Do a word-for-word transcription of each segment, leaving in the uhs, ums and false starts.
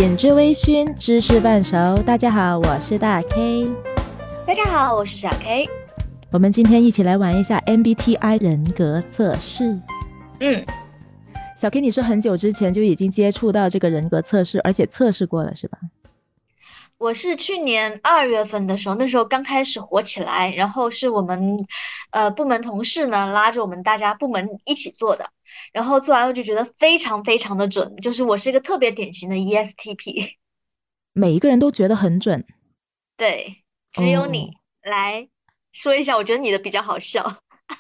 品质微醺，知识半熟。大家好，我是大 K。 大家好，我是小 K。 我们今天一起来玩一下 M B T I 人格测试。 嗯， 小 K， 你是很久之前就已经接触到这个人格测试，而且测试过了是吧？ 我是去年二月份的时候，那时候刚开始火起来，然后是我们呃部门同事呢拉着我们大家部门一起做的，然后做完我就觉得非常非常的准，就是我是一个特别典型的 E S T P。 每一个人都觉得很准。 对，只有你、 哦、 来说一下，我觉得你的比较好笑。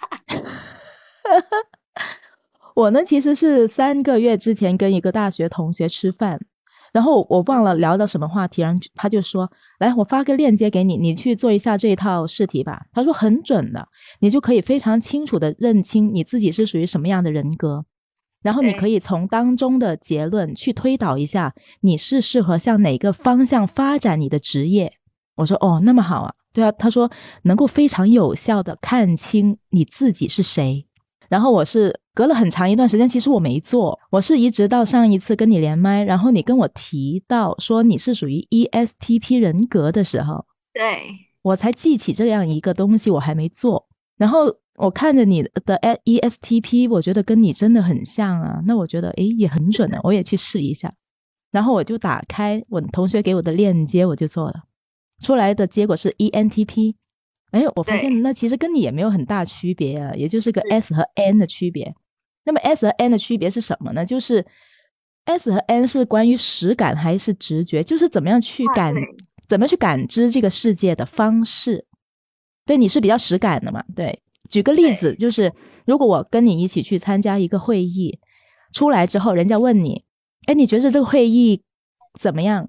我呢其实是三个月之前跟一个大学同学吃饭，然后我忘了聊到什么话题，然后他就说来我发个链接给你，你去做一下这套试题吧。他说很准的，你就可以非常清楚的认清你自己是属于什么样的人格，然后你可以从当中的结论去推导一下你是适合向哪个方向发展你的职业。我说哦那么好啊，对啊，他说能够非常有效的看清你自己是谁。然后我是隔了很长一段时间，其实我没做，我是一直到上一次跟你连麦，然后你跟我提到说你是属于 E S T P 人格的时候， 对， 我才记起这样一个东西我还没做。然后我看着你的 E S T P， 我觉得跟你真的很像啊，那我觉得诶也很准啊，我也去试一下。然后我就打开我同学给我的链接，我就做了，出来的结果是 E N T P。哎，我发现那其实跟你也没有很大区别啊，也就是个 S 和 N 的区别。那么 S 和 N 的区别是什么呢？就是 S 和 N 是关于实感还是直觉，就是怎么样去感、啊、怎么去感知这个世界的方式。对，你是比较实感的嘛？对，举个例子，就是如果我跟你一起去参加一个会议，出来之后人家问你，哎，你觉得这个会议怎么样？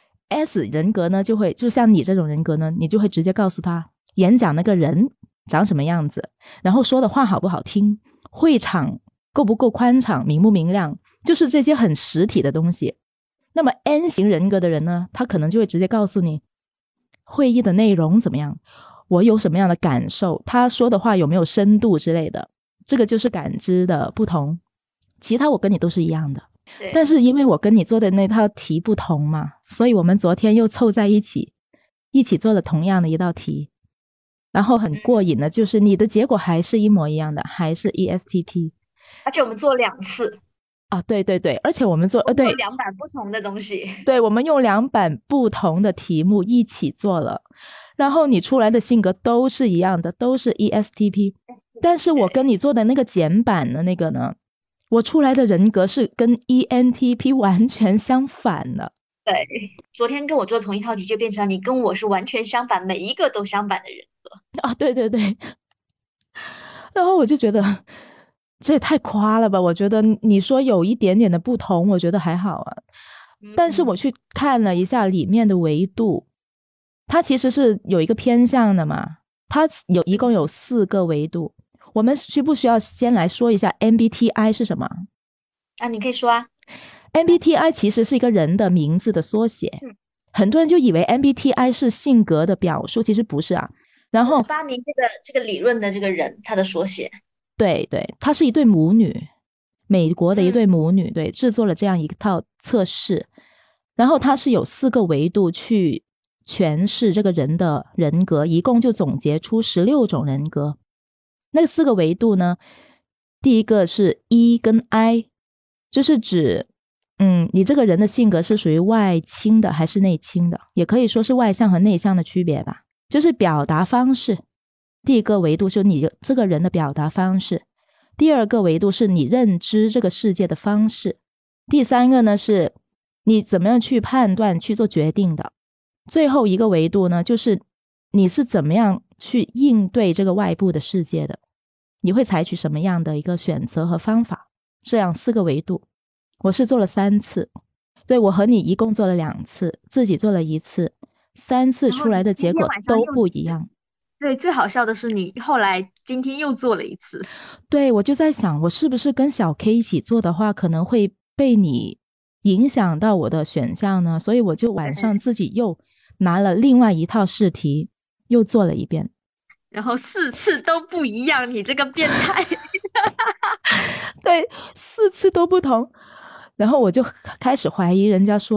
S 人格呢就会，就像你这种人格呢，你就会直接告诉他演讲那个人长什么样子，然后说的话好不好听，会场够不够宽敞，明不明亮，就是这些很实体的东西。那么 N 型人格的人呢，他可能就会直接告诉你会议的内容怎么样，我有什么样的感受，他说的话有没有深度之类的，这个就是感知的不同。其他我跟你都是一样的，但是因为我跟你做的那套题不同嘛，所以我们昨天又凑在一起一起做了同样的一道题，然后很过瘾的就是你的结果还是一模一样的，还是 E S T P， 而且我们做两次啊，对对对，而且我们做呃对两版不同的东西， 对，我们用两版不同的题目一起做了，然后你出来的性格都是一样的，都是 E S T P， 但是我跟你做的那个简版的那个呢，我出来的人格是跟 E N T P 完全相反的。 对，昨天跟我做同一套题就变成你跟我是完全相反，每一个都相反的人格啊，对对对。然后我就觉得这也太夸了吧，我觉得你说有一点点的不同我觉得还好啊，但是我去看了一下里面的维度，它其实是有一个偏向的嘛，它有一共有四个维度。我们需不需要先来说一下 M B T I 是什么啊？你可以说啊。 M B T I 其实是一个人的名字的缩写、嗯、很多人就以为 M B T I 是性格的表述，其实不是啊。然后发明这个这个理论的这个人，他的缩写， 对对，他是一对母女，美国的一对母女、嗯、对，制作了这样一套测试，然后它是有四个维度去诠释这个人的人格，一共就总结出十六种人格。那四个维度呢，第一个是 E 跟 I， 就是指嗯，你这个人的性格是属于外倾的还是内倾的，也可以说是外向和内向的区别吧，就是表达方式。第一个维度就是你这个人的表达方式，第二个维度是你认知这个世界的方式，第三个呢是你怎么样去判断去做决定的，最后一个维度呢就是你是怎么样去应对这个外部的世界的，你会采取什么样的一个选择和方法。这样四个维度我是做了三次，对，我和你一共做了两次，自己做了一次，三次出来的结果都不一样。 对，最好笑的是你后来今天又做了一次。 对，我就在想我是不是跟小 K 一起做的话可能会被你影响到我的选项呢，所以我就晚上自己又拿了另外一套试题又做了一遍， 然后四次都不一样，你这个变态。 对，四次都不同，然后我就开始怀疑人家说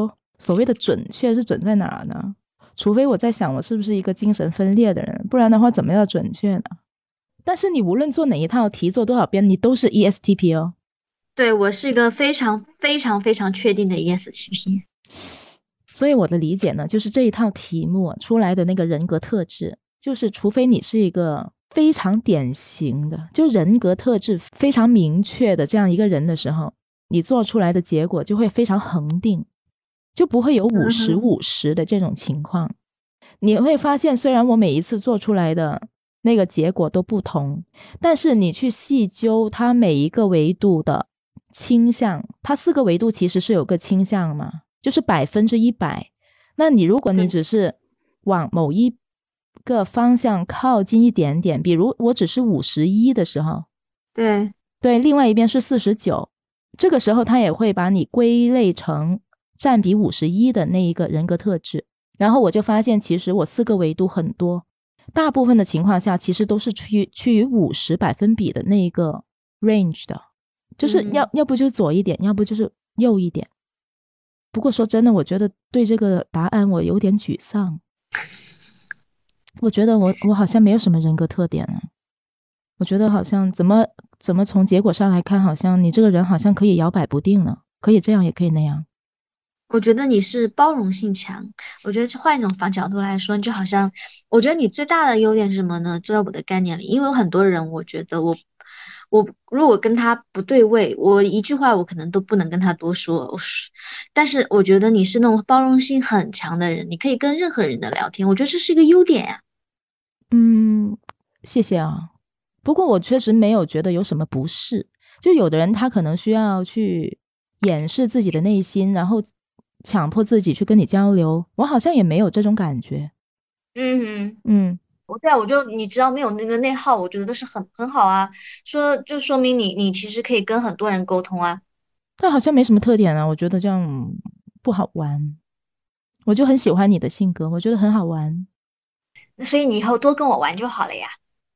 所谓的准确是准在哪儿呢？除非我在想我是不是一个精神分裂的人，不然的话怎么叫准确呢？但是你无论做哪一套题，做多少遍，你都是 E S T P 哦。 对，我是一个非常非常非常确定的 E S T P。 所以我的理解呢，就是这一套题目出来的那个人格特质，就是除非你是一个非常典型的，就人格特质非常明确的这样一个人的时候，你做出来的结果就会非常恒定，就不会有五十五十的这种情况。你会发现虽然我每一次做出来的那个结果都不同，但是你去细究它每一个维度的倾向，它四个维度其实是有个倾向嘛，就是百分之一百。那你如果你只是往某一个方向靠近一点点，比如我只是五十一的时候， 对对，另外一边是四十九，这个时候他也会把你归类成占比五十一的那一个人格特质。然后我就发现其实我四个维度很多，大部分的情况下其实都是趋于趋于五十百分比的那一个 range 的，就是要、嗯、要不就是左一点，要不就是右一点。不过说真的，我觉得对这个答案我有点沮丧。我觉得我我好像没有什么人格特点啊。我觉得好像怎么怎么从结果上来看，好像你这个人好像可以摇摆不定呢，可以这样也可以那样。 我觉得你是包容性强，我觉得换一种方角度来说，就好像我觉得你最大的优点是什么呢？在我的概念里，因为有很多人，我觉得我我如果跟他不对位，我一句话我可能都不能跟他多说。但是我觉得你是那种包容性很强的人，你可以跟任何人的聊天，我觉得这是一个优点呀、啊。 嗯，谢谢啊。不过我确实没有觉得有什么不适，就有的人他可能需要去掩饰自己的内心，然后强迫自己去跟你交流，我好像也没有这种感觉。 嗯嗯， 我对啊，我就你只要没有那个内耗，我觉得都是很很好啊。说就说明你你其实可以跟很多人沟通啊。 但好像没什么特点啊，我觉得这样不好玩。我就很喜欢你的性格，我觉得很好玩。 那所以你以后多跟我玩就好了呀。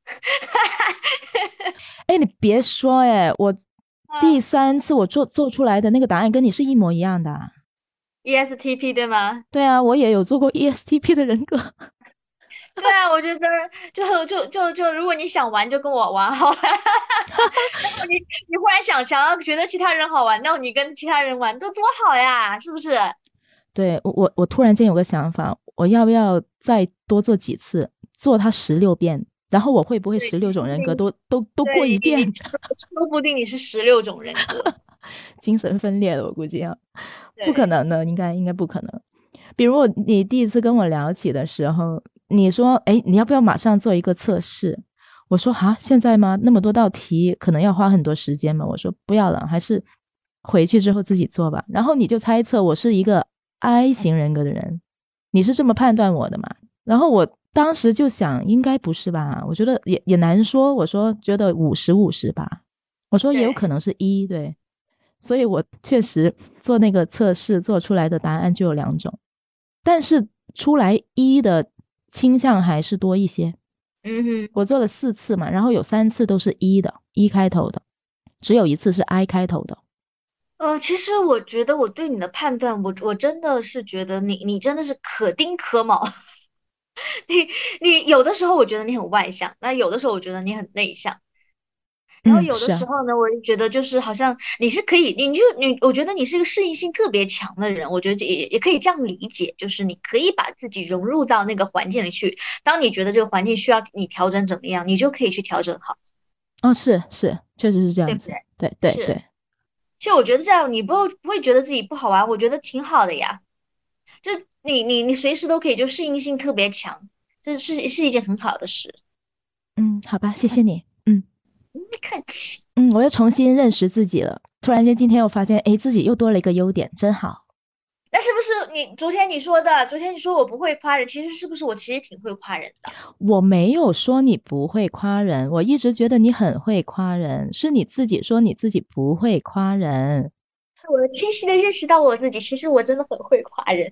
哎，你别说哎，我第三次我做做出来的那个答案跟你是一模一样的。 E S T P 对吗？ 对啊，我也有做过 E S T P 的人格。 对啊，我觉得就就就就如果你想玩就跟我玩好了。然后你你忽然想想要觉得其他人好玩，那你跟其他人玩这多好呀，是不是？ 对，我我突然间有个想法，我要不要再多做几次，做它十六遍，然后我会不会十六种人格都都都过一遍？ 说不定你是十六种人格。 精神分裂了，我估计啊，不可能的，应该应该不可能。比如我你第一次跟我聊起的时候，你说哎，你要不要马上做一个测试？我说哈，现在吗？那么多道题可能要花很多时间嘛。我说不要了，还是回去之后自己做吧。然后你就猜测我是一个 I 型人格的人，你是这么判断我的嘛？然后我当时就想应该不是吧，我觉得也也难说。我说觉得五十五十吧，我说也有可能是一，对。所以我确实做那个测试做出来的答案就有两种，但是出来一的倾向还是多一些。 嗯哼， 我做了四次嘛，然后有三次都是一的，一开头的，只有一次是 I 开头的。 呃，其实我觉得我对你的判断，我我真的是觉得你你真的是可丁可卯。你你有的时候我觉得你很外向，那有的时候我觉得你很内向。然后有的时候呢，嗯啊、我就觉得就是好像你是可以，你就你，我觉得你是一个适应性特别强的人，我觉得也也可以这样理解，就是你可以把自己融入到那个环境里去，当你觉得这个环境需要你调整怎么样，你就可以去调整好。 哦，是是，确实是这样子，对对对对。 其实我觉得这样你不会不会觉得自己不好玩，我觉得挺好的呀。就你你你随时都可以，就适应性特别强，这是是一件很好的事。 嗯，好吧，谢谢你。嗯。 不客气。 嗯，我又重新认识自己了。突然间，今天又发现，哎，自己又多了一个优点，真好。 那是不是你昨天你说的？昨天你说我不会夸人，其实是不是我其实挺会夸人的？ 我没有说你不会夸人，我一直觉得你很会夸人，是你自己说你自己不会夸人。 我清晰的认识到我自己，其实我真的很会夸人。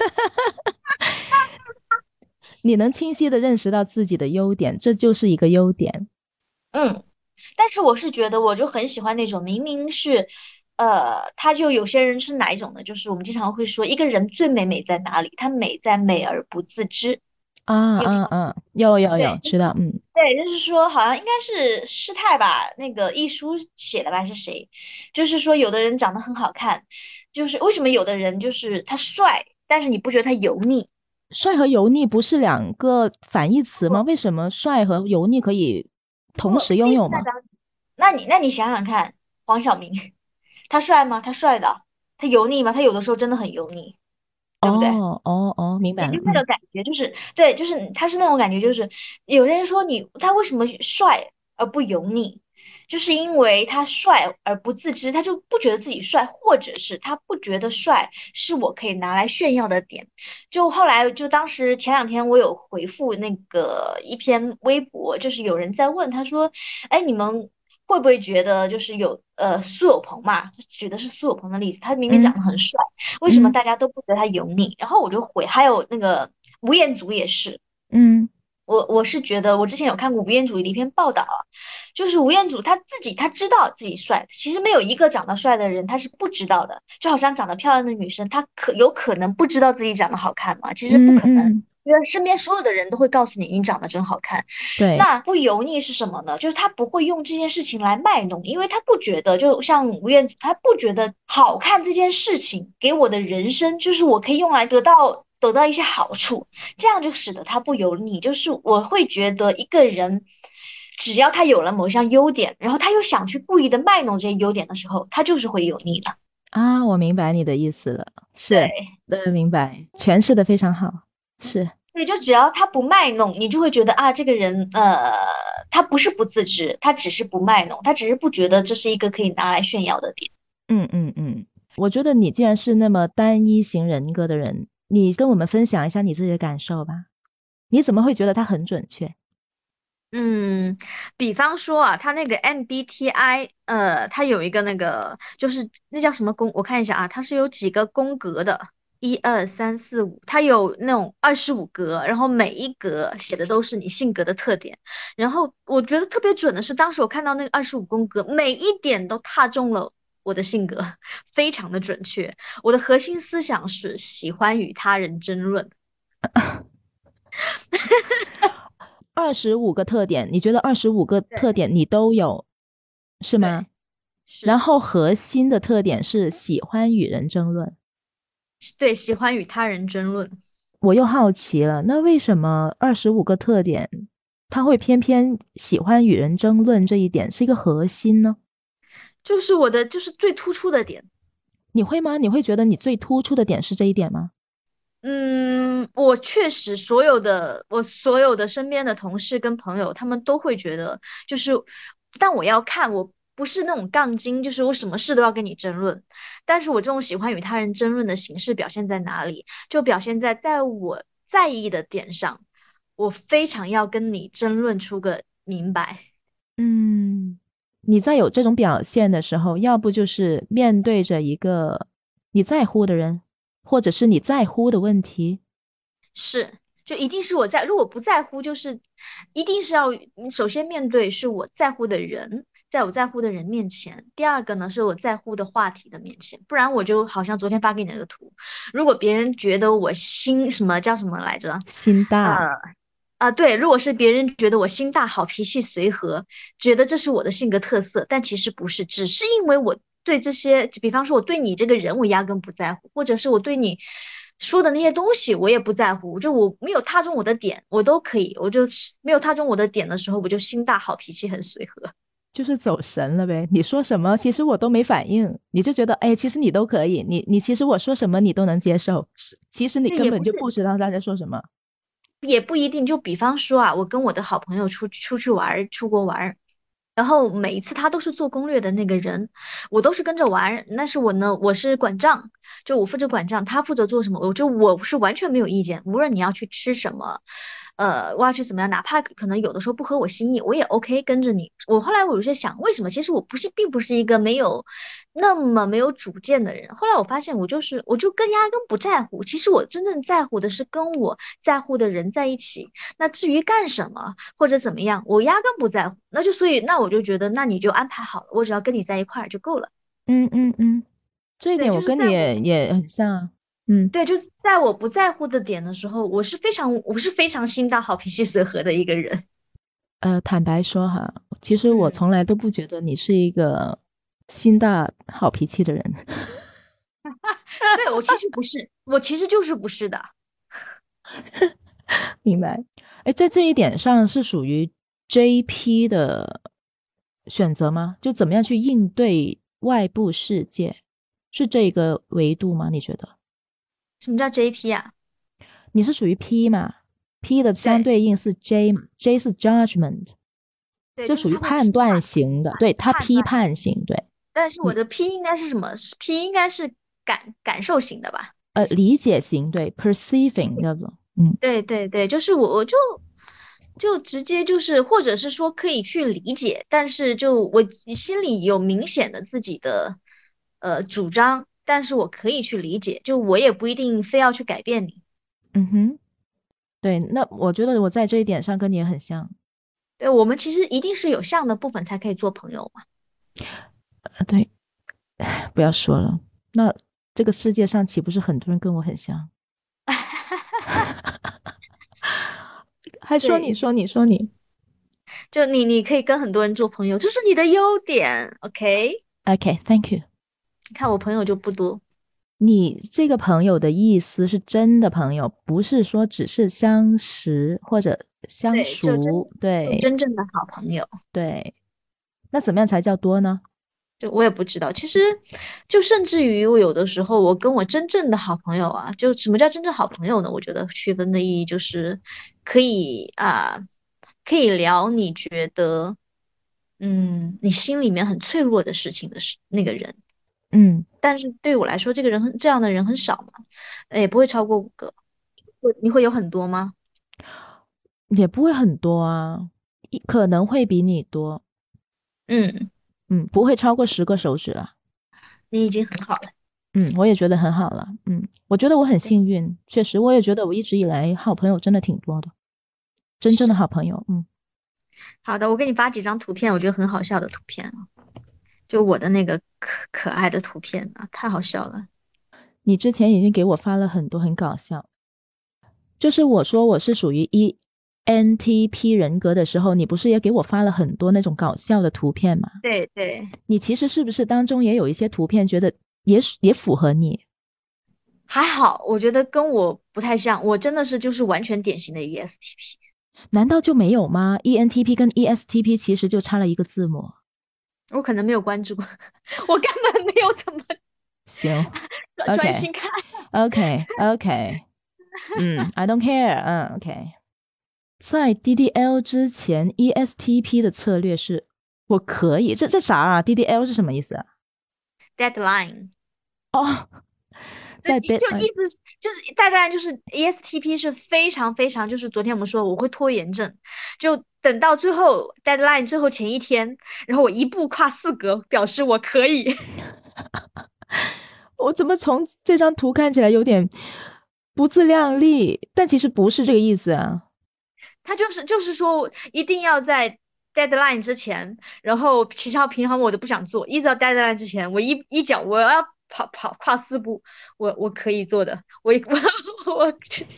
你能清晰的认识到自己的优点，这就是一个优点。 嗯。但是我是觉得，我就很喜欢那种明明是呃，他就有些人是哪一种呢？就是我们经常会说，一个人最美美在哪里？他美在美而不自知。 啊你有听过？ 啊啊，有有有， 对， 知道，嗯。 对，就是说，好像应该是师太吧，那个一书写的吧，是谁？就是说，有的人长得很好看，就是为什么有的人就是他帅，但是你不觉得他油腻？ 帅和油腻不是两个反义词吗？为什么帅和油腻可以同不， 时拥有吗？ 并不代表你。那你那你想想看，黄晓明，他帅吗？他帅的。他油腻吗？他有的时候真的很油腻，对不对？ 哦哦哦，明白了， 也就那嗯个感觉，就是对，就是他是那种感觉，就是有人说你他为什么帅而不油腻，就是因为他帅而不自知，他就不觉得自己帅，或者是他不觉得帅是我可以拿来炫耀的点。就后来就当时前两天我有回复那个一篇微博，就是有人在问他说，哎，你们会不会觉得就是有呃苏有朋嘛，举的是苏有朋的例子，他明明长嗯得很帅。为什么嗯大家都不觉得他油腻？然后我就回，还有那个吴彦祖也是， 嗯我我是觉得我之前有看过吴彦祖的一篇报道啊，就是吴彦祖他自己他知道自己帅，其实没有一个长得帅的人他是不知道的，就好像长得漂亮的女生，她可有可能不知道自己长得好看吗？其实不可能。 嗯嗯， 因为身边所有的人都会告诉你，你长得真好看。 对， 那不油腻是什么呢？就是他不会用这件事情来卖弄，因为他不觉得，就像吴彦祖，他不觉得好看这件事情给我的人生，就是我可以用来得到得到一些好处，这样就使得他不油腻。就是我会觉得一个人，只要他有了某一项优点，然后他又想去故意的卖弄这些优点的时候，他就是会油腻的。 啊，我明白你的意思了，是， 对。 呃，明白，诠释的非常好，是， 对，就只要他不卖弄，你就会觉得啊，这个人呃，他不是不自知，他只是不卖弄，他只是不觉得这是一个可以拿来炫耀的点。 嗯嗯嗯，我觉得你既然是那么单一型人格的人，你跟我们分享一下你自己的感受吧，你怎么会觉得它很准确？ 嗯，比方说啊，他那个 M B T I，呃，它有一个那个，就是那叫什么宫？我看一下啊，它是有几个宫格的，一二三四五，它有那种二十五格，然后每一格写的都是你性格的特点。然后我觉得特别准的是，当时我看到那个二十五宫格，每一点都踏中了我的性格，非常的准确。我的核心思想是喜欢与他人争论。 二十五个特点，你觉得二十五个特对点你都有，是吗？ 对，是。 然后核心的特点是喜欢与人争论。 对，喜欢与他人争论。 我又好奇了，那为什么二十五个特点，他会偏偏喜欢与人争论这一点是一个核心呢？ 就是我的就是最突出的点。 你会吗？你会觉得你最突出的点是这一点吗？ 嗯，我确实所有的我所有的身边的同事跟朋友，他们都会觉得，就是但我要看，我不是那种杠精，就是我什么事都要跟你争论。但是我这种喜欢与他人争论的形式表现在哪里？就表现在在我在意的点上，我非常要跟你争论出个明白。 嗯，你在有这种表现的时候，要不就是面对着一个你在乎的人，或者是你在乎的问题。 是，就一定是我在，如果不在乎，就是一定是要你首先面对是我在乎的人，在我在乎的人面前。第二个呢，是我在乎的话题的面前，不然我就好像昨天发给你那个图，如果别人觉得我心什么叫什么来着？ 心呃大。 啊，对，如果是别人觉得我心大、好脾气、随和，觉得这是我的性格特色，但其实不是，只是因为我对这些，比方说我对你这个人我压根不在乎，或者是我对你说的那些东西我也不在乎，就我没有踏中我的点，我都可以，我就是没有踏中我的点的时候，我就心大、好脾气、很随和。 就是走神了呗。你说什么，其实我都没反应，你就觉得，哎，其实你都可以，你你其实我说什么你都能接受，是其实你对， 根本就不也不是。 知道他在说什么。 也不一定。就比方说啊，我跟我的好朋友出出去玩儿，出国玩儿，然后每一次他都是做攻略的那个人，我都是跟着玩儿。但是我呢，我是管账，就我负责管账，他负责做什么，我就我是完全没有意见。无论你要去吃什么，呃，我要去怎么样，哪怕可能有的时候不合我心意，我也 OK 跟着你。我后来我有些想，为什么？其实我不是，并不是一个没有那么没有主见的人。后来我发现，我就是我就跟压根不在乎。其实我真正在乎的是跟我在乎的人在一起。那至于干什么或者怎么样，我压根不在乎。那就所以那我就觉得，那你就安排好了，我只要跟你在一块儿就够了。 嗯嗯嗯，这一对， 点我跟你就是在我也也很像啊。嗯。 对，就在我不在乎的点的时候，我是非常我是非常心大好脾气随和的一个人。 呃，坦白说哈，其实我嗯， 从来都不觉得你是一个心大好脾气的人。 对，我其实不是，我其实就是不是的。 明白？哎，在这一点上是属于 J P 的选择吗？就怎么样去应对外部世界，是这个维度吗？你觉得？ 什么叫 J P 啊？ 你是属于 P 嘛？P 的相对对应是 J 嘛？J 是 judgment， 对， 就属于就是他会批判断判型的，对，他批判断型， 判型，对但是我你的 P 应该是什么是？P 应该是感感受型的吧？ 呃理解型，对，perceiving 叫做，嗯对对对，就是我我就就直接就是，或者是说可以去理解，但是就我心里有明显的自己的呃主张，但是我可以去理解，就我也不一定非要去改变你。 嗯哼，对，那我觉得我在这一点上跟你也很像。 对，我们其实一定是有像的部分才可以做朋友嘛。 呃，对，不要说了，那这个世界上岂不是很多人跟我很像？还说你对， 说你说你就你你可以跟很多人做朋友，这是你的优点。OK， ，OK，Thank you。 你看我朋友就不多， 你这个朋友的意思是真的朋友，不是说只是相识或者相对，就真熟。 就对真正的好朋友。 对，那怎么样才叫多呢？ 就我也不知道，其实就甚至于我有的时候，我跟我真正的好朋友啊，就什么叫真正好朋友呢？我觉得区分的意义就是可以啊、可以聊你觉得嗯你心里面很脆弱的事情的是那个人， 嗯， 但是对我来说，这个人很这样的人很少嘛，呃也不会超过五个，会你会有很多吗？ 也不会很多啊，一可能会比你多， 嗯， 嗯，不会超过十个手指啊。 你已经很好了。 嗯，我也觉得很好了。嗯，我觉得我很对， 幸运，确实，我也觉得我一直以来好朋友真的挺多的，真正的是好朋友。嗯， 好的，我给你发几张图片，我觉得很好笑的图片啊。就我的那个可可爱的图片啊，太好笑了。 你之前已经给我发了很多很搞笑，就是我说我是属于 E N T P 人格的时候，你不是也给我发了很多那种搞笑的图片吗？ 对对， 你其实是不是当中也有一些图片觉得也也符合你？ 还好，我觉得跟我不太像，我真的是就是完全典型的 E S T P， 难道就没有吗？E N T P 跟 E S T P 其实就差了一个字母。 我可能没有关注，我根本没有怎么行专专 ，OK 心看。 OK OK，嗯，I don't care，嗯，OK。在 D D L 之前，E S T P 的策略是我可以，这这啥啊？D D L 是什么意思啊？ Deadline， 哦， 这在就 deadline， 意思是就是大概就是 E S T P 是非常非常就是昨天我们说我会拖延症，就等到最后 deadline 最后前一天，然后我一步跨四格，表示我可以。 我怎么从这张图看起来有点不自量力？但其实不是这个意思啊。 他就是就是说一定要在 deadline 之前，然后其他平常我都不想做，一直到 deadline 之前，我一一脚我要跑跑跨四步，我我可以做的，我我我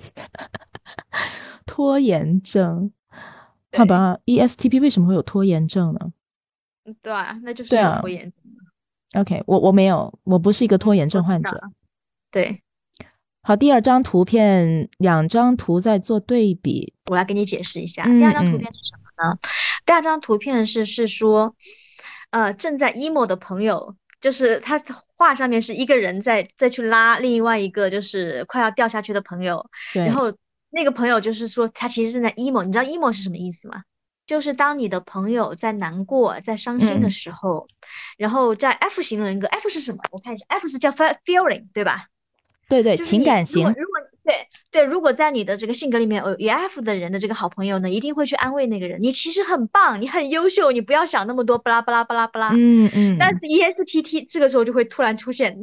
拖延症，好对吧？E S T P 为什么会有拖延症呢？ 对啊，那就是对啊有拖延症。 ，OK，我我没有，我不是一个拖嗯， 延我症患者。 知道了。对， 好，第二张图片，两张图在做对比。 我来给你解释一下，第二张图嗯嗯， 片是什么呢？第二张图片是是说，呃，正在 emo 的朋友，就是他画上面是一个人在再去拉另外一个就是快要掉下去的朋友，然对， 后那个朋友就是说他其实正在 emo，你知道 emo 是什么意思吗？就是当你的朋友在难过、在伤心的嗯， 时候，然后在 F 型人格，F 是什么？我看一下，F 是叫 fe- feeling，对吧？ 对对， 就是情你如果感型。 如果对对，如果在你的这个性格里面有有 F 的人的这个好朋友呢，一定会去安慰那个人，你其实很棒，你很优秀，你不要想那么多，巴拉巴拉巴拉巴拉。 嗯嗯， 但是 E S P T 这个时候就会突然出现，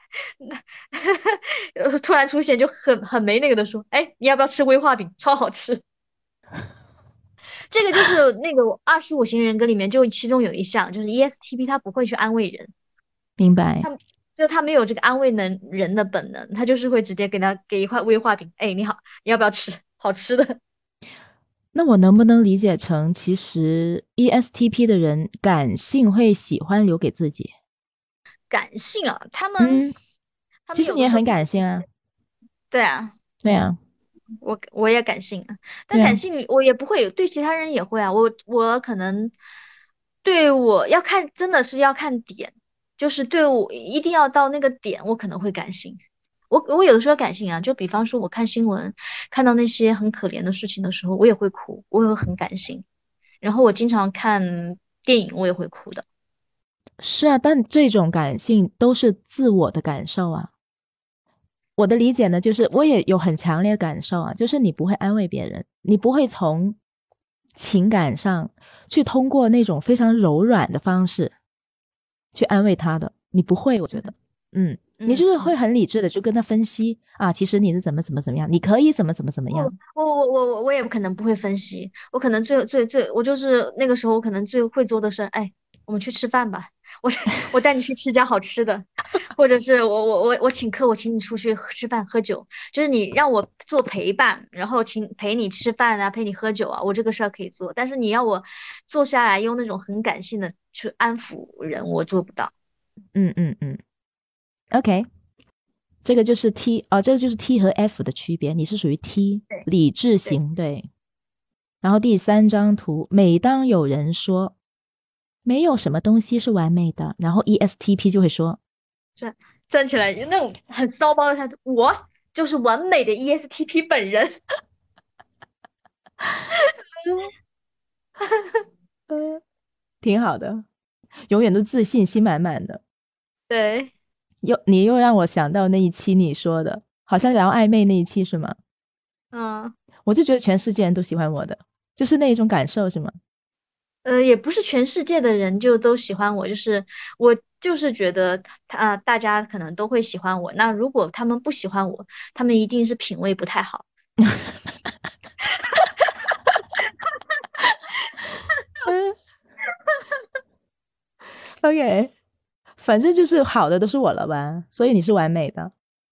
呃突然出现就很很没那个的说，哎，你要不要吃威化饼？超好吃。这个就是那个二十五型人格里面就其中有一项，就是 E S T P 他不会去安慰人。 明白。 就他没有这个安慰能人的本能，他就是会直接给他给一块威化饼，哎，你好，你要不要吃好吃的？ 那我能不能理解成，其实 E S T P 的人感性会喜欢留给自己？ 感性啊，他们嗯， 他其实你也很们有的时候不感性啊。 对啊， 对啊， 我我也感性啊，但对啊。 感性我也不会有，对其他人也会啊。我我可能对我要看，真的是要看点，就是对我一定要到那个点，我可能会感性。我我有的时候感性啊，就比方说我看新闻，看到那些很可怜的事情的时候，我也会哭，我也会很感性。然后我经常看电影，我也会哭的。 是啊，但这种感性都是自我的感受啊。我的理解呢，就是我也有很强烈的感受啊，就是你不会安慰别人，你不会从情感上去通过那种非常柔软的方式去安慰他的，你不会，我觉得。嗯，你就是会嗯嗯。 很理智的就跟他分析啊，其实你是怎么怎么怎么样，你可以怎么怎么怎么我样。 我我我我我也可能不会分析，我可能最最最我就是那个时候我可能最会做的事儿，哎，我们去吃饭吧，我我带你去吃家好吃的，或者是我我我我请客，我请你出去喝吃饭喝酒，就是你让我做陪伴，然后请陪你吃饭啊，陪你喝酒啊，我这个事儿可以做，但是你要我坐下来用那种很感性的去安抚人，我做不到。 嗯嗯嗯，OK。这个就是 T 哦，这个就是 T 和 F 的区别，你是属于 T 对理智对， 型，对。然后第三张图，每当有人说没有什么东西是完美的，然后 E S T P 就会说， 站站起来那种很骚包的态度，我就是完美的 E S T P 本人。 嗯，挺好的，永远都自信心满满的。 对。 又你又让我想到那一期你说的，好像聊暧昧那一期是吗？ 嗯， 我就觉得全世界人都喜欢我的，就是那一种感受是吗？ 呃，也不是全世界的人就都喜欢我，就是我就是觉得他、大家可能都会喜欢我。那如果他们不喜欢我，他们一定是品味不太好。 嗯，OK。反正就是好的都是我了吧，所以你是完美的。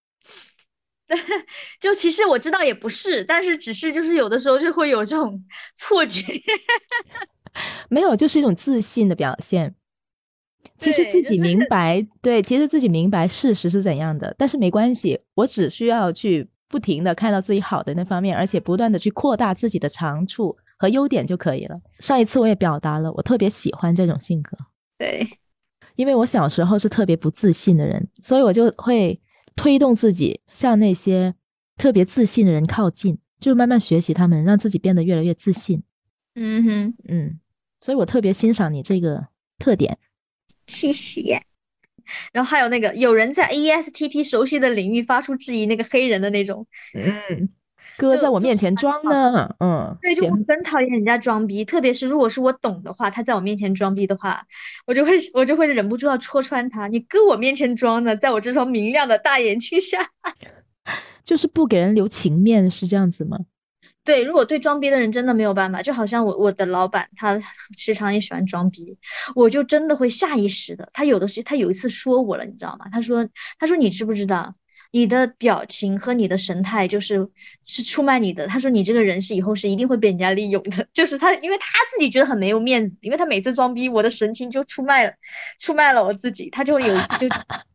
就其实我知道也不是，但是只是就是有的时候就会有这种错觉。 没有，就是一种自信的表现。其实对， 自己就是明白，对，其实自己明白事实是怎样的，但是没关系，我只需要去不停的看到自己好的那方面，而且不断的去扩大自己的长处和优点就可以了。上一次我也表达了，我特别喜欢这种性格， 对， 因为我小时候是特别不自信的人，所以我就会推动自己向那些特别自信的人靠近，就慢慢学习他们，让自己变得越来越自信。 嗯哼， 嗯，所以我特别欣赏你这个特点。 谢谢。然后还有那个有人在 E S T P 熟悉的领域发出质疑，那个黑人的那种， 嗯，哥在就就我面前装呢，嗯， 对，就我行。 很讨厌人家装逼，特别是如果是我懂的话，他在我面前装逼的话，我就会我就会忍不住要戳穿他。你搁我面前装呢，在我这双明亮的大眼睛下。 就是不给人留情面，是这样子吗？ 对，如果对装逼的人真的没有办法，就好像我我的老板他时常也喜欢装逼，我就真的会下意识的。他有的时他有一次说我了，你知道吗？他说他说你知不知道你的表情和你的神态就是是出卖你的。他说你这个人是以后是一定会被人家利用的，就是他因为他自己觉得很没有面子，因为他每次装逼，我的神情就出卖了出卖了我自己。他就有一次就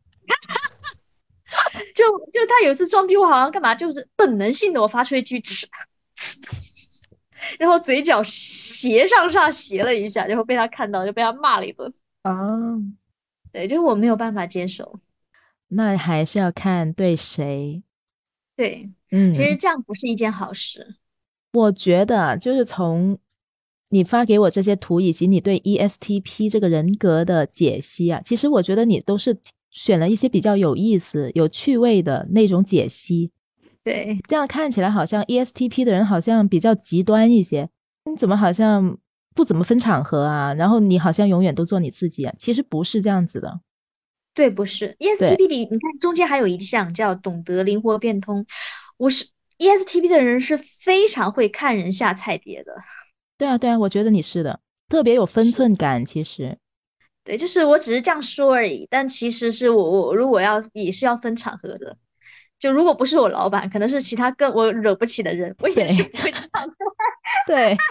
就就他有一次装逼，我好像干嘛就是本能性的我发出一句嗤。然后嘴角斜上上斜了一下，然后被他看到，就被他骂了一顿。 啊， 对，就是我没有办法接受。 那还是要看对谁。 对，其实嗯， 这样不是一件好事。 我觉得啊就是从你发给我这些图，以及你对 E S T P 这个人格的解析啊，其实我觉得你都是选了一些比较有意思、有趣味的那种解析。 对， 这样看起来好像 E S T P 的人好像比较极端一些，你怎么好像不怎么分场合啊？然后你好像永远都做你自己啊？其实不是这样子的。 对，不是对， E S T P 里，你看中间还有一项叫懂得灵活变通。我是 E S T P 的人是非常会看人下菜碟的。 对啊，对啊，我觉得你是的，特别有分是。 寸感。其实， 对，就是我只是这样说而已，但其实是我我如果要也是要分场合的，就如果不是我老板，可能是其他更我惹不起的人，我也是对不会这样做。 对，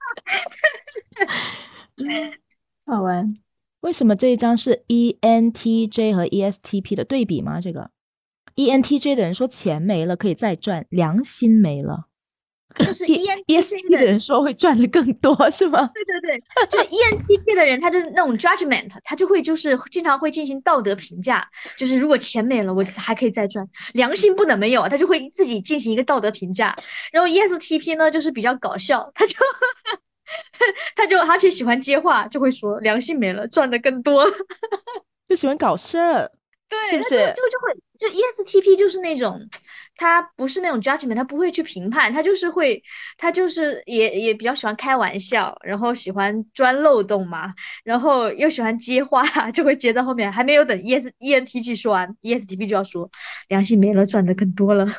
嗯，好玩。为什么这一张是 E N T J 和 E S T P 的对比吗？这个 E N T J 的人说钱没了可以再赚，良心没了。 就是 E ENTP ESTP 的的， 人说会赚的更多，是吗？ 对对对，就 E N T P 的人，他就是那种 judgment，他就会就是经常会进行道德评价，就是如果钱没了，我还可以再赚，良心不能没有，他就会自己进行一个道德评价。然后 E S T P 呢，就是比较搞笑，他就他就而且喜欢接话，就会说良心没了，赚的更多。 就喜欢搞事儿， 对， 是不他就是？ 就就会就 E S T P 就是那种，他不是那种 judgment，他不会去评判，他就是会，他就是也也比较喜欢开玩笑，然后喜欢钻漏洞嘛，然后又喜欢接话，就会接到后面，还没有等 E S E N T P 说完，E S T P 就要说良心没了，赚的更多了。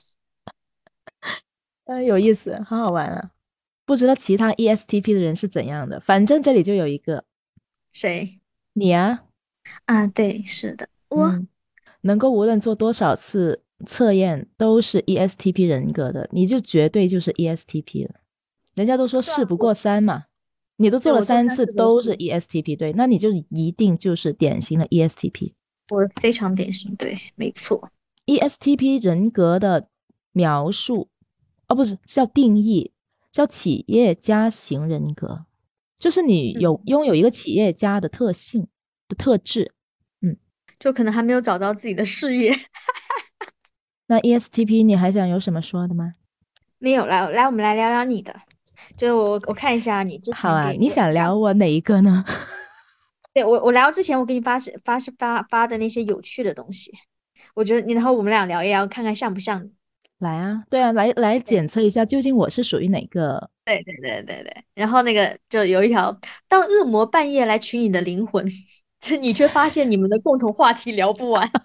嗯，有意思，好好玩啊！不知道其他 E S T P 的人是怎样的，反正这里就有一个谁你啊， 啊？对，是的，我嗯，能够无论做多少次测验都是 E S T P 人格的，你就绝对就是 E S T P 了。人家都说对啊， 事不过我三嘛，你都做了对我做三次三次都都是是， E S T P，对，那你就一定就是典型的 E S T P。 我非常典型，对，没错。 E S T P 人格的描述，哦，不是叫定义，叫企业家型人格，就是你有嗯， 拥有一个企业家的特性的特质。嗯， 就可能还没有找到自己的事业。 那 E S T P 你还想有什么说的吗？ 没有，来来，我们来聊聊你的。就我我看一下你之好啊， 前给你想我发， 聊我哪一个呢？ 对，我我聊之前我给你发是发是发发的那些有趣的东西，我觉得你然后我们俩聊一聊，看看像不像你。 来啊，对啊，来来对检测一下究竟我是属于哪个。 对对对对对。然后那个就有一条，当恶魔半夜来取你的灵魂，这你却发现你们的共同话题聊不完。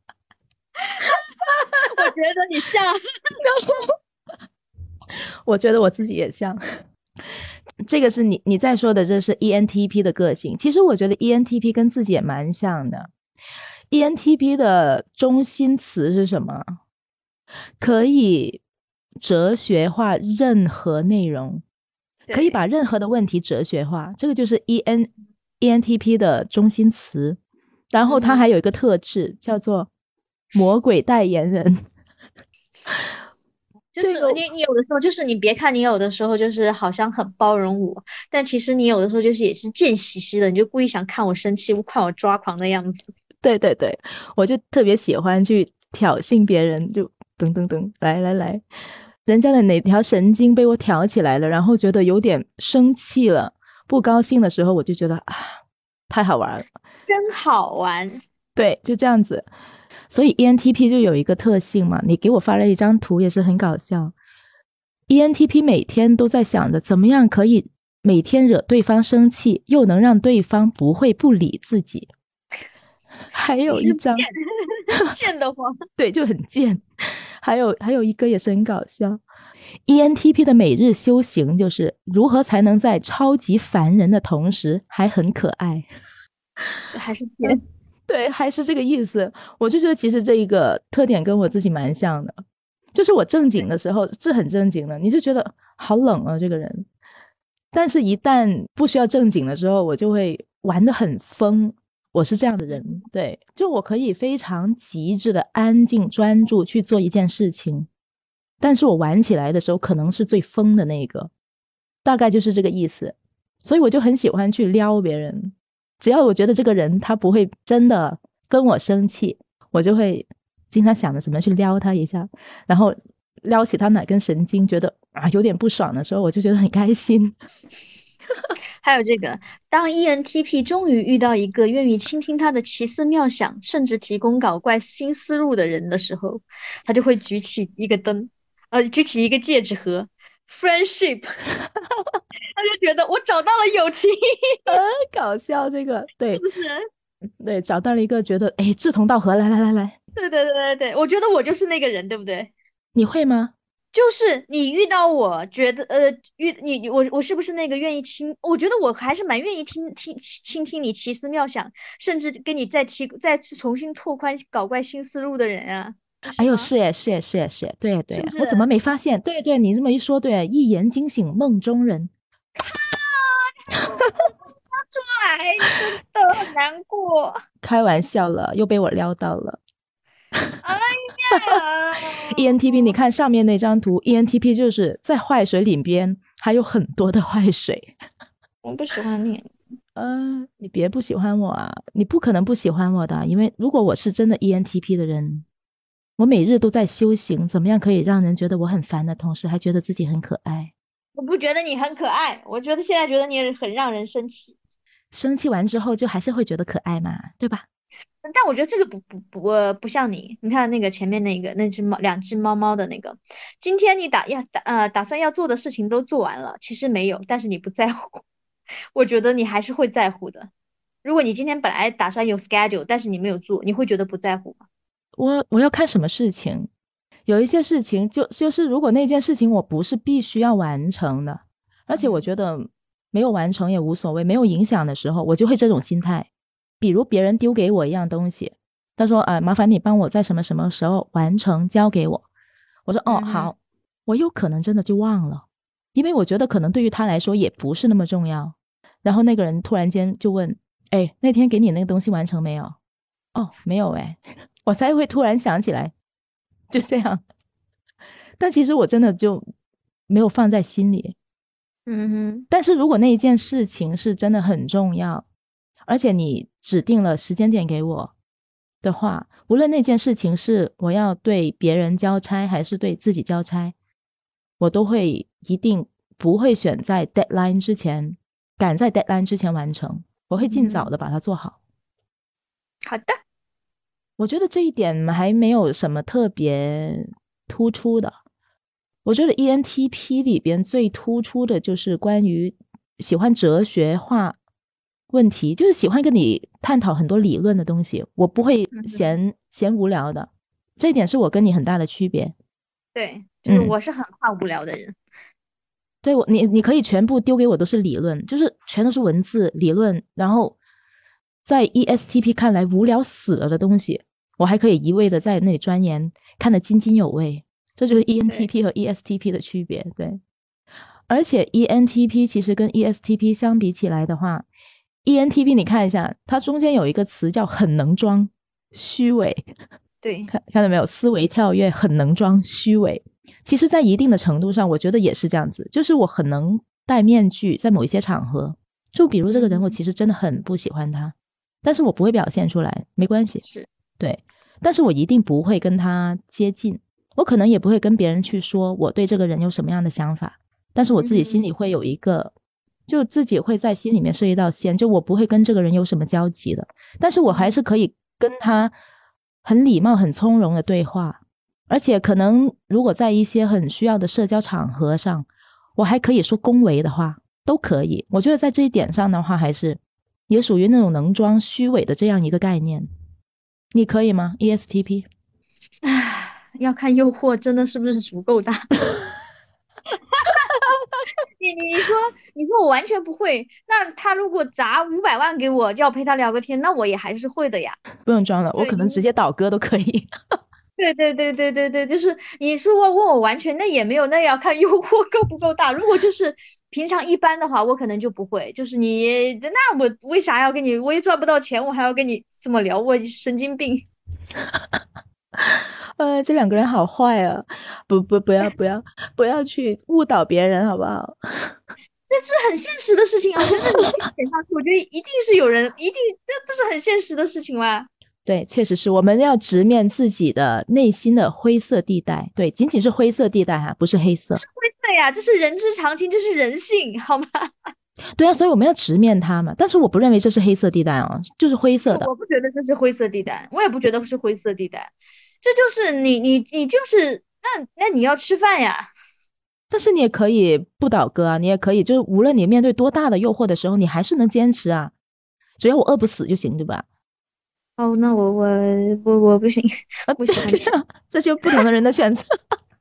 我觉得你像。 我觉得我自己也像。这个是你你在说的，这是 E N T P 的个性。其实我觉得 E N T P 跟自己也蛮像的。E N T P 的中心词是什么？可以哲学化任何内容，可以对， 把任何的问题哲学化，这个就是 E N E N T P 的中心词。然后嗯哼。 它还有一个特质叫做魔鬼代言人。 就是这个你，你有的时候就是你别看你有的时候就是好像很包容我，但其实你有的时候就是也是贱兮兮的，你就故意想看我生气，看我抓狂的样子。 对对对，我就特别喜欢去挑衅别人，就噔噔噔，来来来，人家的哪条神经被我挑起来了，然后觉得有点生气了、不高兴的时候，我就觉得啊，太好玩了。 真好玩。 对，就这样子。所以 E N T P 就有一个特性嘛，你给我发了一张图，也是很搞笑。E N T P 每天都在想着怎么样可以每天惹对方生气，又能让对方不会不理自己。还你是有一张， 贱贱的慌。 对，就很贱。还有还有一个也是很搞笑，E N T P 的每日修行就是如何才能在超级烦人的同时还很可爱。 还是贱。 对，还是这个意思。我就觉得其实这一个特点跟我自己蛮像的，就是我正经的时候是很正经的，你就觉得好冷啊这个人，但是一旦不需要正经的时候，我就会玩得很疯。我是这样的人，对，就我可以非常极致的安静专注去做一件事情，但是我玩起来的时候可能是最疯的那个，大概就是这个意思。所以我就很喜欢去撩别人，只要我觉得这个人他不会真的跟我生气，我就会经常想着怎么去撩他一下，然后撩起他哪根神经，觉得啊有点不爽的时候，我就觉得很开心。 还有这个，当 E N T P 终于遇到一个愿意倾听他的奇思妙想，甚至提供搞怪新思路的人的时候，他就会举起一个灯，呃，举起一个戒指盒，friendship，他就觉得我找到了友情。 呃，搞笑这个，对是不是？ 对，找到了一个觉得哎志同道合，来来来来， 对对对对对，我觉得我就是那个人，对不对？ 你会吗？ 就是你遇到我觉得呃遇你我我是不是那个愿意倾？我觉得我还是蛮愿意听听倾听你奇思妙想，甚至跟你再提再重新拓宽搞怪新思路的人啊，不哎呦， 是吗？ 是耶，是耶，是耶，是耶，对耶对耶， 是不是？ 我怎么没发现？对对，你这么一说，对，一言惊醒梦中人。 出来，真的很难过。 开玩笑了，又被我撩到了。 哎呀， E N T P，你看上面那张图，E N T P 就是在坏水里边还有很多的坏水。 我不喜欢你。 呃，你别不喜欢我啊！你不可能不喜欢我的，因为如果我是真的 E N T P 的人，我每日都在修行，怎么样可以让人觉得我很烦的同时，还觉得自己很可爱？ 我不觉得你很可爱，我觉得现在觉得你很让人生气。 生气完之后，就还是会觉得可爱嘛，对吧？ 但我觉得这个不不不呃不像你，你看那个前面那个那只猫两只猫猫的那个，今天你打要打呃打算要做的事情都做完了，其实没有，但是你不在乎，我觉得你还是会在乎的。如果你今天本来打算有 schedule，但是你没有做，你会觉得不在乎吗？ 我我要看什么事情，有一些事情就就是如果那件事情我不是必须要完成的，而且我嗯觉得没有完成也无所谓，没有影响的时候，我就会这种心态。比如别人丢给我一样东西，他说啊，麻烦你帮我在什么什么时候完成交给我，我说哦嗯哼。 好，我有可能真的就忘了，因为我觉得可能对于他来说也不是那么重要。然后那个人突然间就问，哎，那天给你那个东西完成没有？哦，没有哎，我才会突然想起来，就这样。但其实我真的就没有放在心里。 嗯哼。 但是如果那一件事情是真的很重要，而且你指定了时间点给我的话，无论那件事情是我要对别人交差还是对自己交差，我都会一定不会选在 deadline 之前，赶在 deadline 之前完成，我会尽早嗯哼。 的把它做好。 好的。 我觉得这一点还没有什么特别突出的。我觉得 E N T P 里边最突出的就是关于喜欢哲学化问题，就是喜欢跟你探讨很多理论的东西，我不会嗯哼。 嫌嫌无聊的。这一点是我跟你很大的区别。 对，就是嗯， 我是很怕无聊的人。 对我，你你可以全部丢给我都是理论，就是全都是文字理论，然后在 E S T P 看来无聊死了的东西，我还可以一味的在那里钻研，看得津津有味。这就是对。 E N T P 和 E S T P 的区别，对。而且 E N T P 其实跟 E S T P 相比起来的话，E N T P 你看一下，它中间有一个词叫很能装，虚伪。 对。 看看到没有？思维跳跃，很能装，虚伪。其实，在一定的程度上，我觉得也是这样子，就是我很能戴面具，在某一些场合，就比如这个人，我嗯， 其实真的很不喜欢他，但是我不会表现出来，没关系， 是。 对。但是我一定不会跟他接近，我可能也不会跟别人去说我对这个人有什么样的想法，但是我自己心嗯哼。 里会有一个，就自己会在心里面设一道线，就我不会跟这个人有什么交集的，但是我还是可以跟他很礼貌、很从容的对话，而且可能如果在一些很需要的社交场合上，我还可以说恭维的话，都可以。我觉得在这一点上的话，还是也属于那种能装虚伪的这样一个概念。你可以吗 ？E S T P？ 唉，要看诱惑真的是不是足够大。你你你说你说我完全不会，那他如果砸五百万给我，叫我陪他聊个天，那我也还是会的呀。 不用装了，我对， 可能直接倒戈都可以。 对对对对对对，就是你说问我完全，那也没有，那也要看诱惑够不够大。如果就是平常一般的话，我可能就不会。就是你，那我为啥要跟你？我也赚不到钱，我还要跟你这么聊，我神经病。 呃，这两个人好坏啊！不不，不要不要不要去误导别人，好不好？ 这是很现实的事情啊！真的，你一点下去，我觉得一定是有人，一定这不是很现实的事情吗？ 对，确实是我们要直面自己的内心的灰色地带。对，仅仅是灰色地带哈、啊，不是黑色。 对呀，这是人之常情，这是人性，好吗？ 对啊，所以我们要直面它嘛。但是我不认为这是黑色地带哦，就是灰色的。 我我不觉得这是灰色地带，我也不觉得是灰色地带，这就是你你你就是那那你要吃饭呀。 但是你也可以不倒戈啊，你也可以，就是无论你面对多大的诱惑的时候，你还是能坚持啊。只要我饿不死就行，对吧？ 哦，那我我我我不行， 啊， 我喜欢钱。 这样这就不同的人的选择。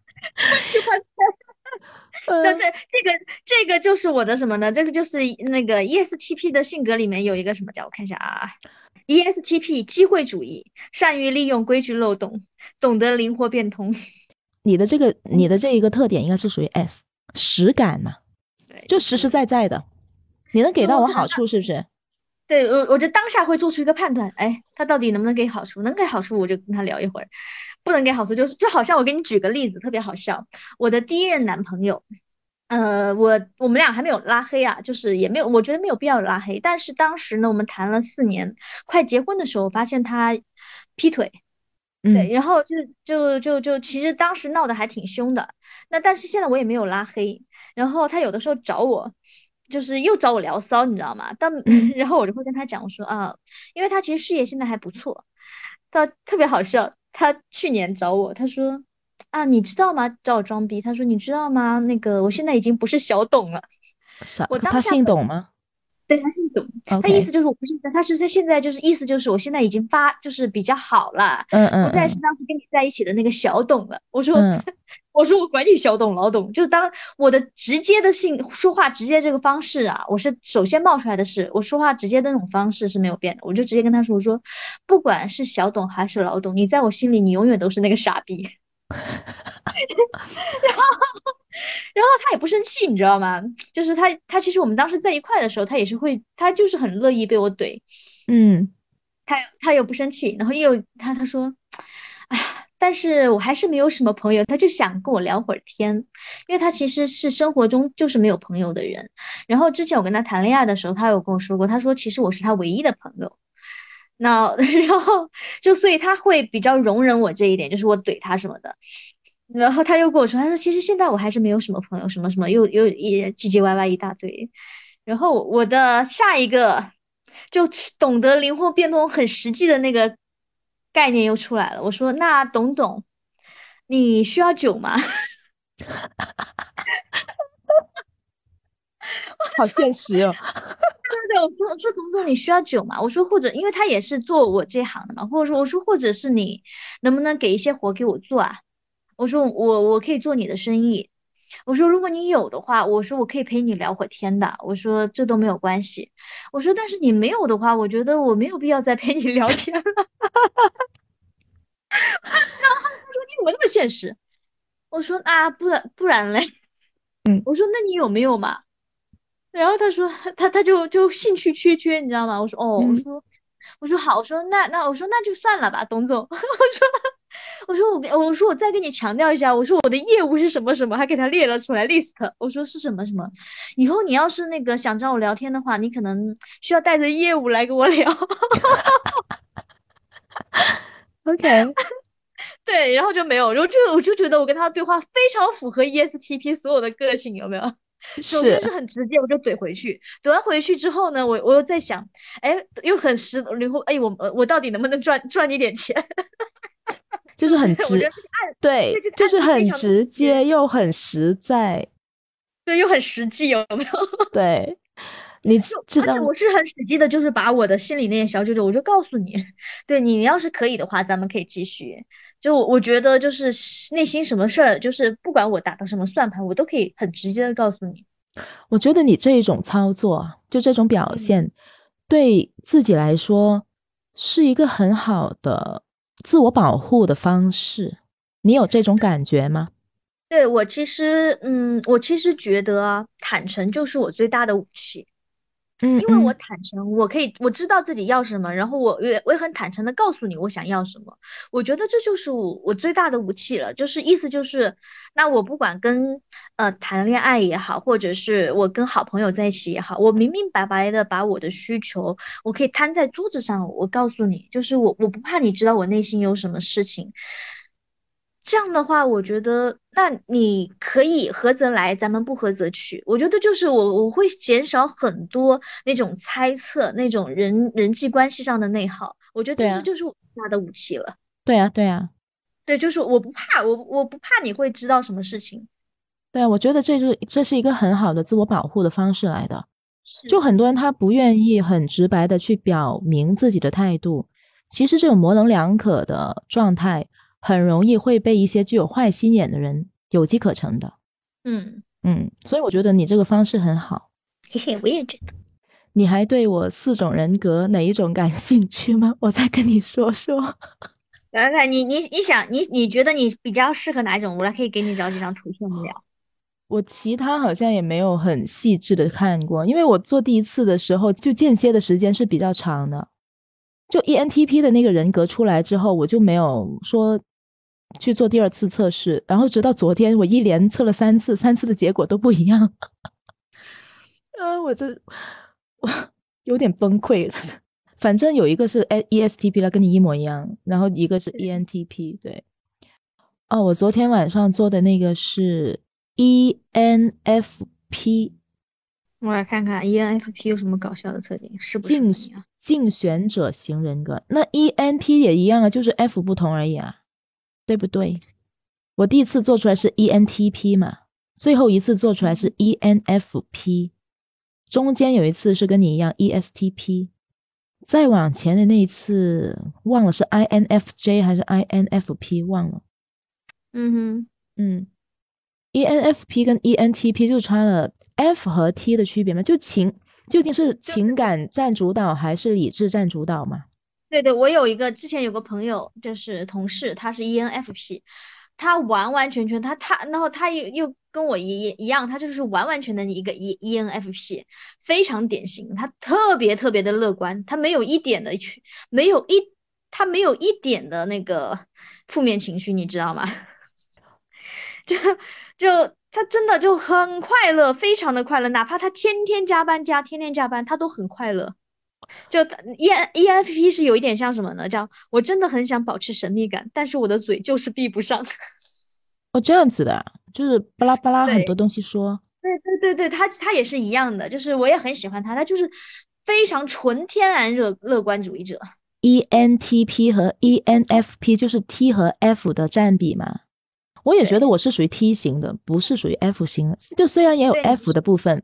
喜欢那这这个这个就是我的什么呢？这个就是那个 E S T P 的性格里面有一个什么叫我看一下啊，E S T P 机会主义，善于利用规矩漏洞，懂得灵活变通。 你的这个你的这一个特点应该是属于 S 实感嘛， 对， 就实实在在的，你能给到我好处是不是？ 对，我我就当下会做出一个判断，哎，他到底能不能给好处？能给好处我就跟他聊一会儿，不能给好处就是就好像我给你举个例子，特别好笑。我的第一任男朋友，呃，我我们俩还没有拉黑啊，就是也没有，我觉得没有必要拉黑。但是当时呢，我们谈了四年，快结婚的时候，我发现他劈腿。对， 嗯然后就就就就其实当时闹得还挺凶的，那但是现在我也没有拉黑，然后他有的时候找我，就是又找我聊骚，你知道吗？但嗯然后我就会跟他讲，我说啊，因为他其实事业现在还不错，他特别好笑，他去年找我，他说啊，你知道吗？找我装逼，他说你知道吗？那个我现在已经不是小董了， 啥？ 我当他下本姓董吗对，他姓董，他意思 ？OK， 就是我不是他，是他现在就是意思就是我现在已经发就是比较好了， 嗯嗯不再是嗯当时跟你在一起的那个小董了。我说嗯， 我说我管你小董老董，就当我的直接的性说话直接这个方式啊，我是首先冒出来的是我说话直接的那种方式是没有变的，我就直接跟他说我说不管是小董还是老董，你在我心里你永远都是那个傻逼。然后他也不生气，你知道吗？就是他他其实我们当时在一块的时候，他也是会他就是很乐意被我怼。 嗯， 他他又不生气，然后又他他说，哎呀，但是我还是没有什么朋友，他就想跟我聊会儿天，因为他其实是生活中就是没有朋友的人。然后之前我跟他谈恋爱的时候，他有跟我说过，他说其实我是他唯一的朋友。那然后就所以他会比较容忍我这一点，就是我怼他什么的。然后他又跟我说，他说其实现在我还是没有什么朋友，什么什么又又也唧唧歪歪一大堆。然后我的下一个就懂得灵活变通、很实际的那个概念又出来了。我说那董总，你需要酒吗？ 好现实哦。 对，我说我说董总你需要酒吗？我说或者因为他也是做我这行的嘛，或者说我说或者是你能不能给一些活给我做啊？我说我我可以做你的生意。我说如果你有的话，我说我可以陪你聊会儿天的。我说这都没有关系。我说但是你没有的话，我觉得我没有必要再陪你聊天了。然后他说你怎么那么现实？我说啊不然不然嘞？ 嗯我说那你有没有嘛？然后他说他他就就兴趣缺缺，你知道吗？我说哦，我嗯， 说我说好，我说那那我说那就算了吧，董总。我说我说我给我说我再跟你强调一下，我说我的业务是什么什么，还给他列了出来 list。我说是什么什么，以后你要是那个想找我聊天的话，你可能需要带着业务来跟我聊。 OK， 对，然后就没有，然后就我就觉得我跟他的对话非常符合 E S T P 所有的个性，有没有？首先是， 是很直接，我就怼回去，怼完回去之后呢，我我又在想，哎，又很实灵活，哎，我我到底能不能赚赚你点钱？ 就是是不是？ 很直， 我觉得这个案，对， 对， 这个就是案子非常的直很直接， 接又很实在。 对，又很实际，有没有？ 对，你知就知道， 而且我是很实际的，就是把我的心里那些小九九，我就告诉你，对你要是可以的话，咱们可以继续。就我我觉得就是内心什么事儿，就是不管我打的什么算盘，我都可以很直接的告诉你。 我觉得你这一种操作，就这种表嗯。 现，对自己来说是一个很好的自我保护的方式。你有这种感觉吗？ 对，我其实，嗯，我其实觉得啊坦诚就是我最大的武器。因为我嗯嗯， 坦诚，我可以我知道自己要什么，然后我也我也很坦诚的告诉你我想要什么。我觉得这就是我我最大的武器了，就是意思就是，那我不管跟呃谈恋爱也好，或者是我跟好朋友在一起也好，我明明白白的把我的需求，我可以摊在桌子上，我告诉你，就是我我不怕你知道我内心有什么事情。这样的话，我觉得那你可以合则来，咱们不合则去。我觉得就是我我会减少很多那种猜测，那种人人际关系上的内耗。我觉得对啊， 这是就是我最大的武器了。 对啊，对啊， 对，就是我不怕，我我不怕你会知道什么事情。 对啊，我觉得这是这是一个很好的自我保护的方式来的。就是， 很多人他不愿意很直白的去表明自己的态度，其实这种模棱两可的状态，很容易会被一些具有坏心眼的人有机可乘的。 嗯嗯，所以我觉得你这个方式很好。 嘿嘿，我也觉得。 你还对我四种人格哪一种感兴趣吗？我再跟你说说。 来来，你你你想你你觉得你比较适合哪一种？我来可以给你找几张图片聊。 我其他好像也没有很细致的看过，因为我做第一次的时候就间歇的时间是比较长的，就 E N T P 的那个人格出来之后，我就没有说去做第二次测试，然后直到昨天我一连测了三次，三次的结果都不一样。啊，我这我有点崩溃了。反正有一个是 E S T P 了，跟你一模一样，然后一个是 E N T P。 对，哦，我昨天晚上做的那个是 E N F P。 我来看看 E N F P 有什么搞笑的特点，是不是竞你啊？ 竞选者型人格。那 E N P 也一样啊，就是 F 不同而已啊，对不对？我第一次做出来是 E N T P 嘛，最后一次做出来是 E N F P， 中间有一次是跟你一样 E S T P， 再往前的那一次忘了是 I N F J 还是 I N F P， 忘了。 嗯哼， 嗯 E N F P 跟 E N T P 就差了 F 和 T 的区别嘛，就情究竟是情感占主导还是理智占主导嘛？ 对对，我有一个之前有个朋友，就是同事，他是 E N F P，他完完全全他他，然后他又又跟我一一样，他就是完完全的一个 E E N F P，非常典型，他特别特别的乐观，他没有一点的去，没有一他没有一点的那个负面情绪，你知道吗？就就他真的就很快乐，非常的快乐，哪怕他天天加班加天天加班，他都很快乐。就 E N E N F P 是有一点像什么呢？叫我真的很想保持神秘感，但是我的嘴就是闭不上。 哦，这样子的啊，就是巴拉巴拉很多对东西说。 对对对对，他他也是一样的，就是我也很喜欢他，他就是非常纯天然乐乐观主义者。 E N T P 和 E N F P 就是 T 和 F 的占比嘛。我也觉得我是属于 T 型的，不是属于 F 型的。就虽然也有 F 的部分，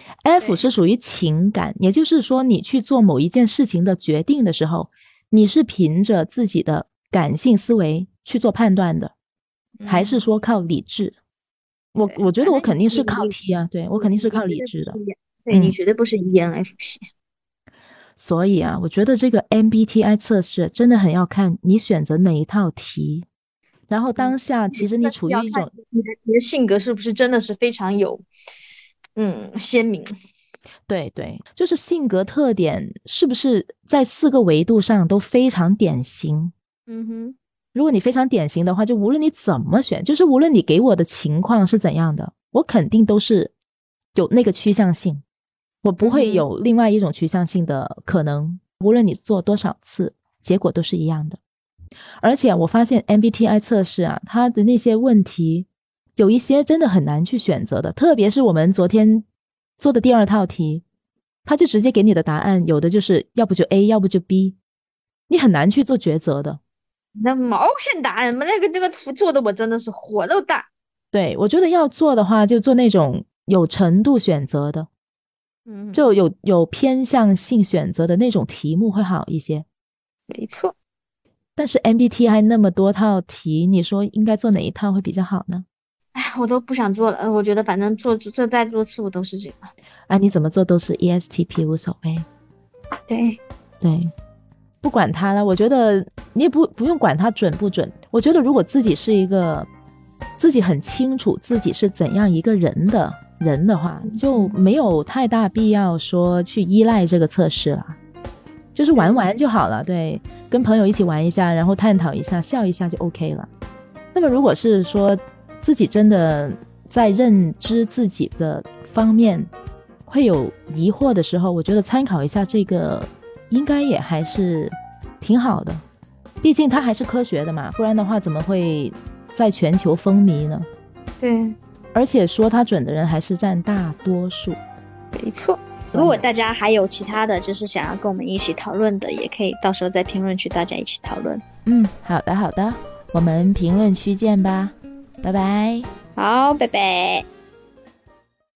F 是属于情感，也就是说你去做某一件事情的决定的时候，你是凭着自己的感性思维去做判断的，还是说靠理智？我我觉得我肯定是靠 T 啊，对，我肯定是靠理智的。 对，你绝对不是 E N F P。 所以啊，我觉得这个 M B T I 测试真的很要看你选择哪一套题，然后当下其实你处于一种你的你的性格是不是真的是非常有嗯鲜明？ 对对，就是性格特点是不是在四个维度上都非常典型？ 嗯哼， 如果你非常典型的话，就无论你怎么选，就是无论你给我的情况是怎样的，我肯定都是有那个趋向性，我不会有另外一种趋向性的可能，无论你做多少次，结果都是一样的。而且我发现 M B T I 测试啊，它的那些问题有一些真的很难去选择的，特别是我们昨天做的第二套题，它就直接给你的答案，有的就是要不就 A， 要不就 B， 你很难去做抉择的。 那毛线答案嘛，那个那个图做的我真的是火都大。 对，我觉得要做的话，就做那种有程度选择的， 嗯， 就有有偏向性选择的那种题目会好一些。 没错。 但是 M B T I 那么多套题，你说应该做哪一套会比较好呢？ 哎，我都不想做了。我觉得反正做做再多次我都是这个。 啊，你怎么做都是 E S T P 无所谓。 对对，不管它了。我觉得你也不不用管它准不准。我觉得如果自己是一个自己很清楚自己是怎样一个人的人的话，就没有太大必要说去依赖这个测试了，就是玩玩就好了。对，跟朋友一起玩一下，然后探讨一下，笑一下就 OK 了。那么如果是说自己真的在认知自己的方面会有疑惑的时候，我觉得参考一下这个应该也还是挺好的，毕竟它还是科学的嘛，不然的话怎么会在全球风靡呢？ 对， 而且说它准的人还是占大多数。 没错。如果大家还有其他的就是想要跟我们一起讨论的，也可以到时候在评论区大家一起讨论。 嗯，好的好的，我们评论区见吧，拜拜。 好，拜拜。